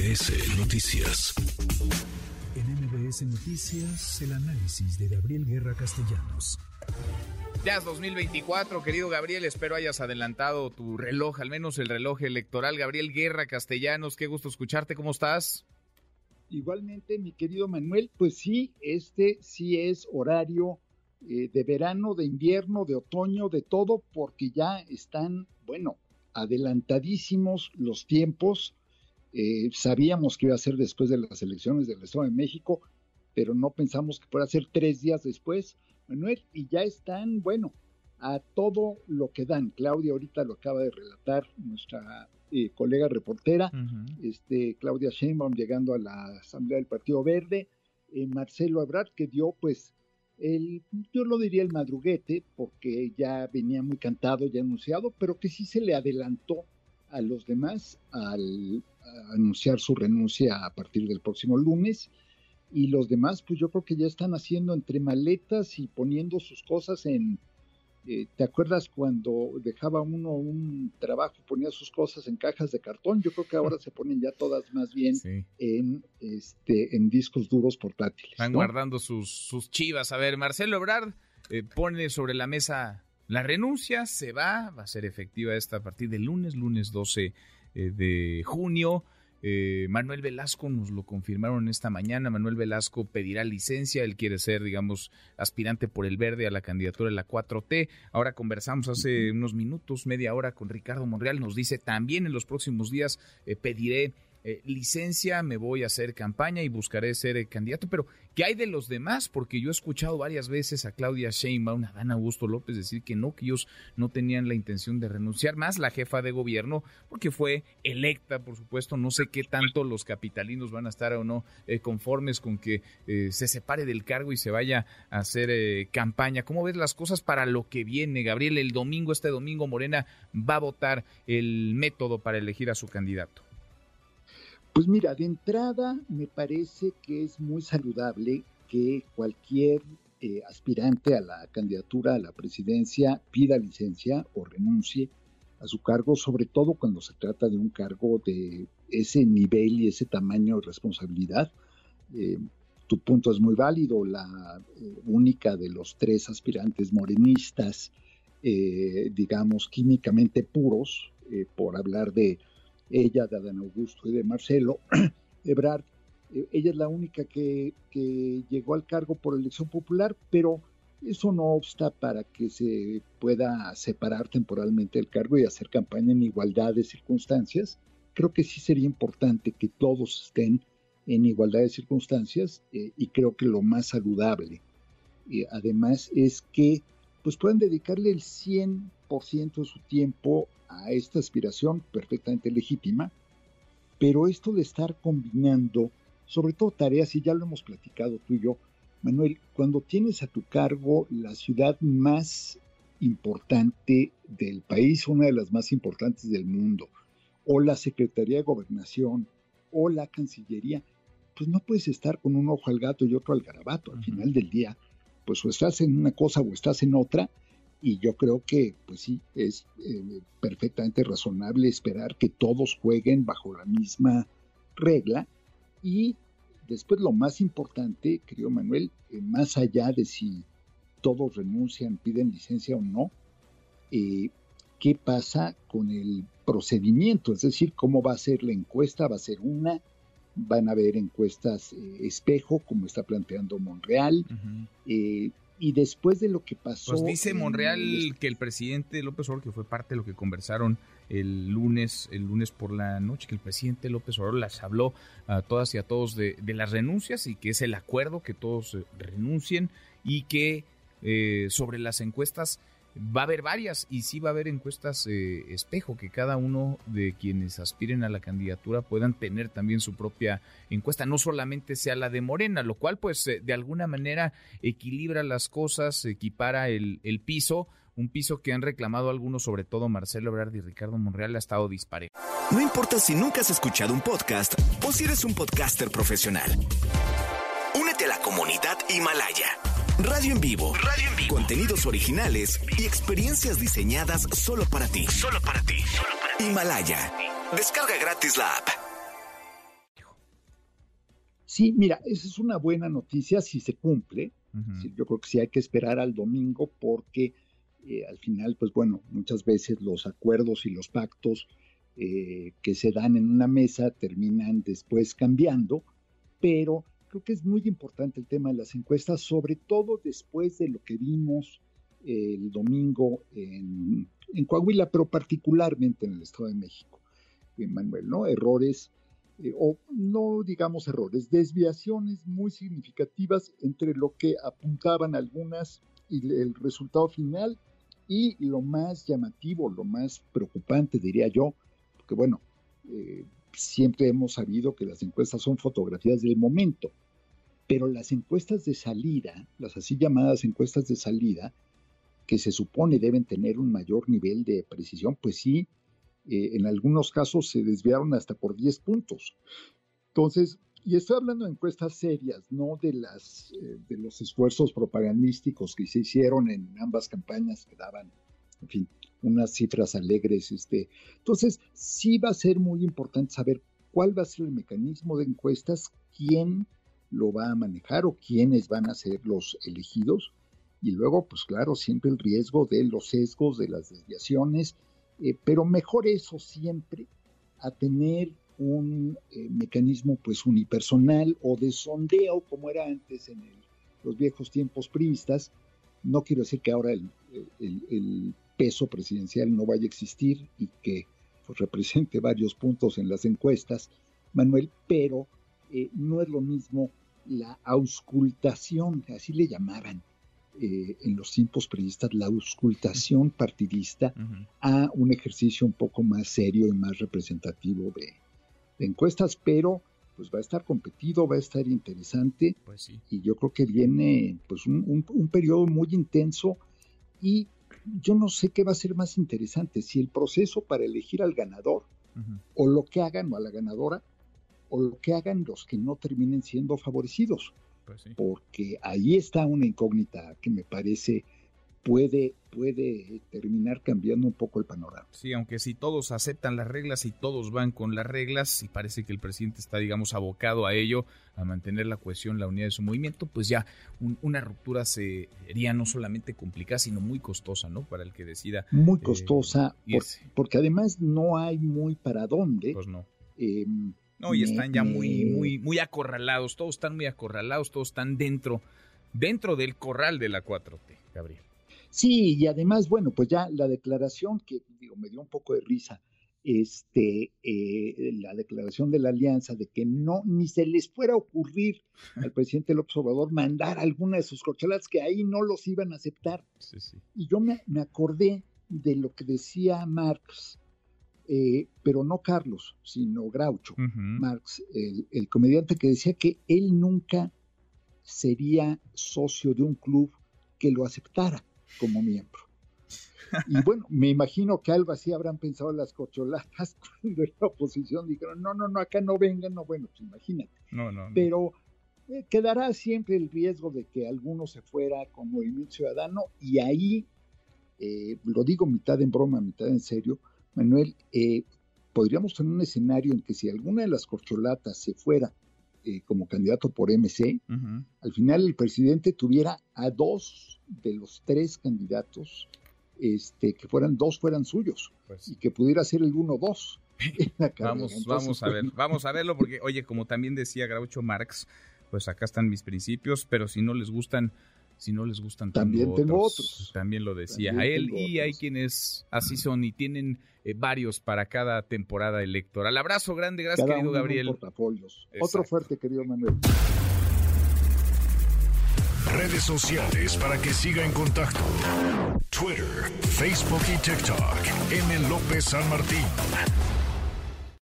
MBS Noticias. En MBS Noticias, el análisis de Gabriel Guerra Castellanos. Ya es 2024, querido Gabriel, espero hayas adelantado tu reloj, al menos el reloj electoral. Gabriel Guerra Castellanos, qué gusto escucharte, ¿cómo estás? Igualmente, mi querido Manuel, pues sí, este sí es horario de verano, de invierno, de otoño, de todo, porque ya están, adelantadísimos los tiempos. Sabíamos que iba a ser después de las elecciones del Estado de México, pero no pensamos que fuera a ser 3 días después, Manuel, y ya están, a todo lo que dan. Claudia ahorita lo acaba de relatar, nuestra colega reportera, Claudia Sheinbaum llegando a la Asamblea del Partido Verde, Marcelo Ebrard, que dio yo lo diría el madruguete, porque ya venía muy cantado, ya anunciado, pero que sí se le adelantó a los demás al anunciar su renuncia a partir del próximo lunes, y los demás pues yo creo que ya están haciendo entre maletas y poniendo sus cosas ¿te acuerdas cuando dejaba uno un trabajo, ponía sus cosas en cajas de cartón? Yo creo que ahora se ponen ya todas más bien en discos duros portátiles. Están guardando sus chivas. A ver, Marcelo Ebrard pone sobre la mesa la renuncia, va a ser efectiva esta a partir del lunes 12 de junio. Manuel Velasco nos lo confirmaron esta mañana. Manuel Velasco pedirá licencia, él quiere ser, aspirante por el Verde a la candidatura de la 4T. Ahora conversamos hace unos minutos, media hora, con Ricardo Monreal, nos dice también en los próximos días pediré licencia, me voy a hacer campaña y buscaré ser candidato. Pero ¿qué hay de los demás? Porque yo he escuchado varias veces a Claudia Sheinbaum, a Dan Augusto López decir que ellos no tenían la intención de renunciar, más la jefa de gobierno, porque fue electa, por supuesto. No sé qué tanto los capitalinos van a estar o no conformes con que se separe del cargo y se vaya a hacer campaña. ¿Cómo ves las cosas para lo que viene, Gabriel? Este domingo Morena va a votar el método para elegir a su candidato. Pues mira, de entrada me parece que es muy saludable que cualquier aspirante a la candidatura a la presidencia pida licencia o renuncie a su cargo, sobre todo cuando se trata de un cargo de ese nivel y ese tamaño de responsabilidad. Tu punto es muy válido, la única de los 3 aspirantes morenistas, químicamente puros, por hablar de ella, de Adán Augusto y de Marcelo Ebrard, ella es la única que llegó al cargo por elección popular, pero eso no obsta para que se pueda separar temporalmente del cargo y hacer campaña en igualdad de circunstancias. Creo que sí sería importante que todos estén en igualdad de circunstancias, y creo que lo más saludable además es que pues puedan dedicarle el 100% de su tiempo a esta aspiración perfectamente legítima, pero esto de estar combinando, sobre todo tareas, y ya lo hemos platicado tú y yo, Manuel, cuando tienes a tu cargo la ciudad más importante del país, una de las más importantes del mundo, o la Secretaría de Gobernación, o la Cancillería, pues no puedes estar con un ojo al gato y otro al garabato. Al final del día, pues o estás en una cosa o estás en otra, y yo creo que, pues sí, es perfectamente razonable esperar que todos jueguen bajo la misma regla. Y después lo más importante, querido Manuel, más allá de si todos renuncian, piden licencia o no, ¿qué pasa con el procedimiento? Es decir, ¿cómo va a ser la encuesta? ¿Va a ser van a haber encuestas espejo, como está planteando Monreal? Y después de lo que pasó... Pues dice Monreal que el presidente López Obrador, que fue parte de lo que conversaron el lunes por la noche, que el presidente López Obrador las habló a todas y a todos de las renuncias, y que es el acuerdo que todos renuncien, y que sobre las encuestas va a haber varias, y sí va a haber encuestas espejo, que cada uno de quienes aspiren a la candidatura puedan tener también su propia encuesta, no solamente sea la de Morena, lo cual pues de alguna manera equilibra las cosas, equipara el piso, un piso que han reclamado algunos, sobre todo Marcelo Ebrard y Ricardo Monreal, ha estado disparejo. No importa si nunca has escuchado un podcast o si eres un podcaster profesional. Únete a la comunidad Himalaya. Radio en vivo. Contenidos originales y experiencias diseñadas solo para ti. Himalaya. Descarga gratis la app. Sí, mira, esa es una buena noticia si se cumple. Uh-huh. Yo creo que sí hay que esperar al domingo porque al final, pues bueno, muchas veces los acuerdos y los pactos que se dan en una mesa terminan después cambiando, pero creo que es muy importante el tema de las encuestas, sobre todo después de lo que vimos el domingo en Coahuila, pero particularmente en el Estado de México, Manuel, ¿no? Errores, o no digamos errores, desviaciones muy significativas entre lo que apuntaban algunas y el resultado final, y lo más llamativo, lo más preocupante, diría yo, porque bueno, siempre hemos sabido que las encuestas son fotografías del momento, pero las encuestas de salida, las así llamadas encuestas de salida, que se supone deben tener un mayor nivel de precisión, pues sí, en algunos casos se desviaron hasta por 10 puntos. Entonces, y estoy hablando de encuestas serias, no de los esfuerzos propagandísticos que se hicieron en ambas campañas que daban, en fin, unas cifras alegres. Entonces, sí va a ser muy importante saber cuál va a ser el mecanismo de encuestas, quién lo va a manejar o quiénes van a ser los elegidos. Y luego, pues claro, siempre el riesgo de los sesgos, de las desviaciones, pero mejor eso siempre a tener un mecanismo pues unipersonal o de sondeo como era antes en los viejos tiempos priistas. No quiero decir que ahora el peso presidencial no vaya a existir y que pues, represente varios puntos en las encuestas, Manuel, pero no es lo mismo la auscultación, así le llamaban en los tiempos priistas, la auscultación partidista, uh-huh, a un ejercicio un poco más serio y más representativo de encuestas, pero pues va a estar competido, va a estar interesante, pues sí. Y yo creo que viene pues un periodo muy intenso, y yo no sé qué va a ser más interesante, si el proceso para elegir al ganador, uh-huh, o lo que hagan, o a la ganadora, o lo que hagan los que no terminen siendo favorecidos. Pues sí. Porque ahí está una incógnita que me parece puede terminar cambiando un poco el panorama. Sí, aunque si todos aceptan las reglas y todos van con las reglas, y parece que el presidente está, digamos, abocado a ello, a mantener la cohesión, la unidad de su movimiento, pues ya una ruptura sería no solamente complicada, sino muy costosa, ¿no? Para el que decida. Muy costosa, porque además no hay muy para dónde. Pues no. No, y están ya muy acorralados, todos están muy acorralados, todos están dentro del corral de la 4T, Gabriel. Sí, y además, bueno, pues ya la declaración que, me dio un poco de risa, la declaración de la alianza de que no, ni se les fuera a ocurrir al presidente López Obrador mandar alguna de sus corcholatas, que ahí no los iban a aceptar. Sí, sí. Y yo me acordé de lo que decía Marx, pero no Carlos, sino Groucho, uh-huh, Marx, el comediante, que decía que él nunca sería socio de un club que lo aceptara como miembro. Y bueno, me imagino que algo así habrán pensado las corcholatas cuando en la oposición dijeron, no, acá no vengan, no, bueno, pues imagínate. No. Pero quedará siempre el riesgo de que alguno se fuera con Movimiento Ciudadano, y ahí, lo digo mitad en broma, mitad en serio, Manuel, podríamos tener un escenario en que si alguna de las corcholatas se fuera como candidato por MC, uh-huh, al final el presidente tuviera a 2 de los 3 candidatos, que fueran suyos, pues, y que pudiera ser el 1-2 en la carrera. Vamos a verlo, porque oye, como también decía Groucho Marx, pues acá están mis principios, pero si no les gustan también tengo otros. También lo decía a él, y hay quienes así son y tienen varios para cada temporada electoral. Abrazo grande, gracias, cada querido Gabriel. Portafolios. Otro fuerte, querido Manuel. Redes sociales para que siga en contacto: Twitter, Facebook y TikTok. M. López San Martín.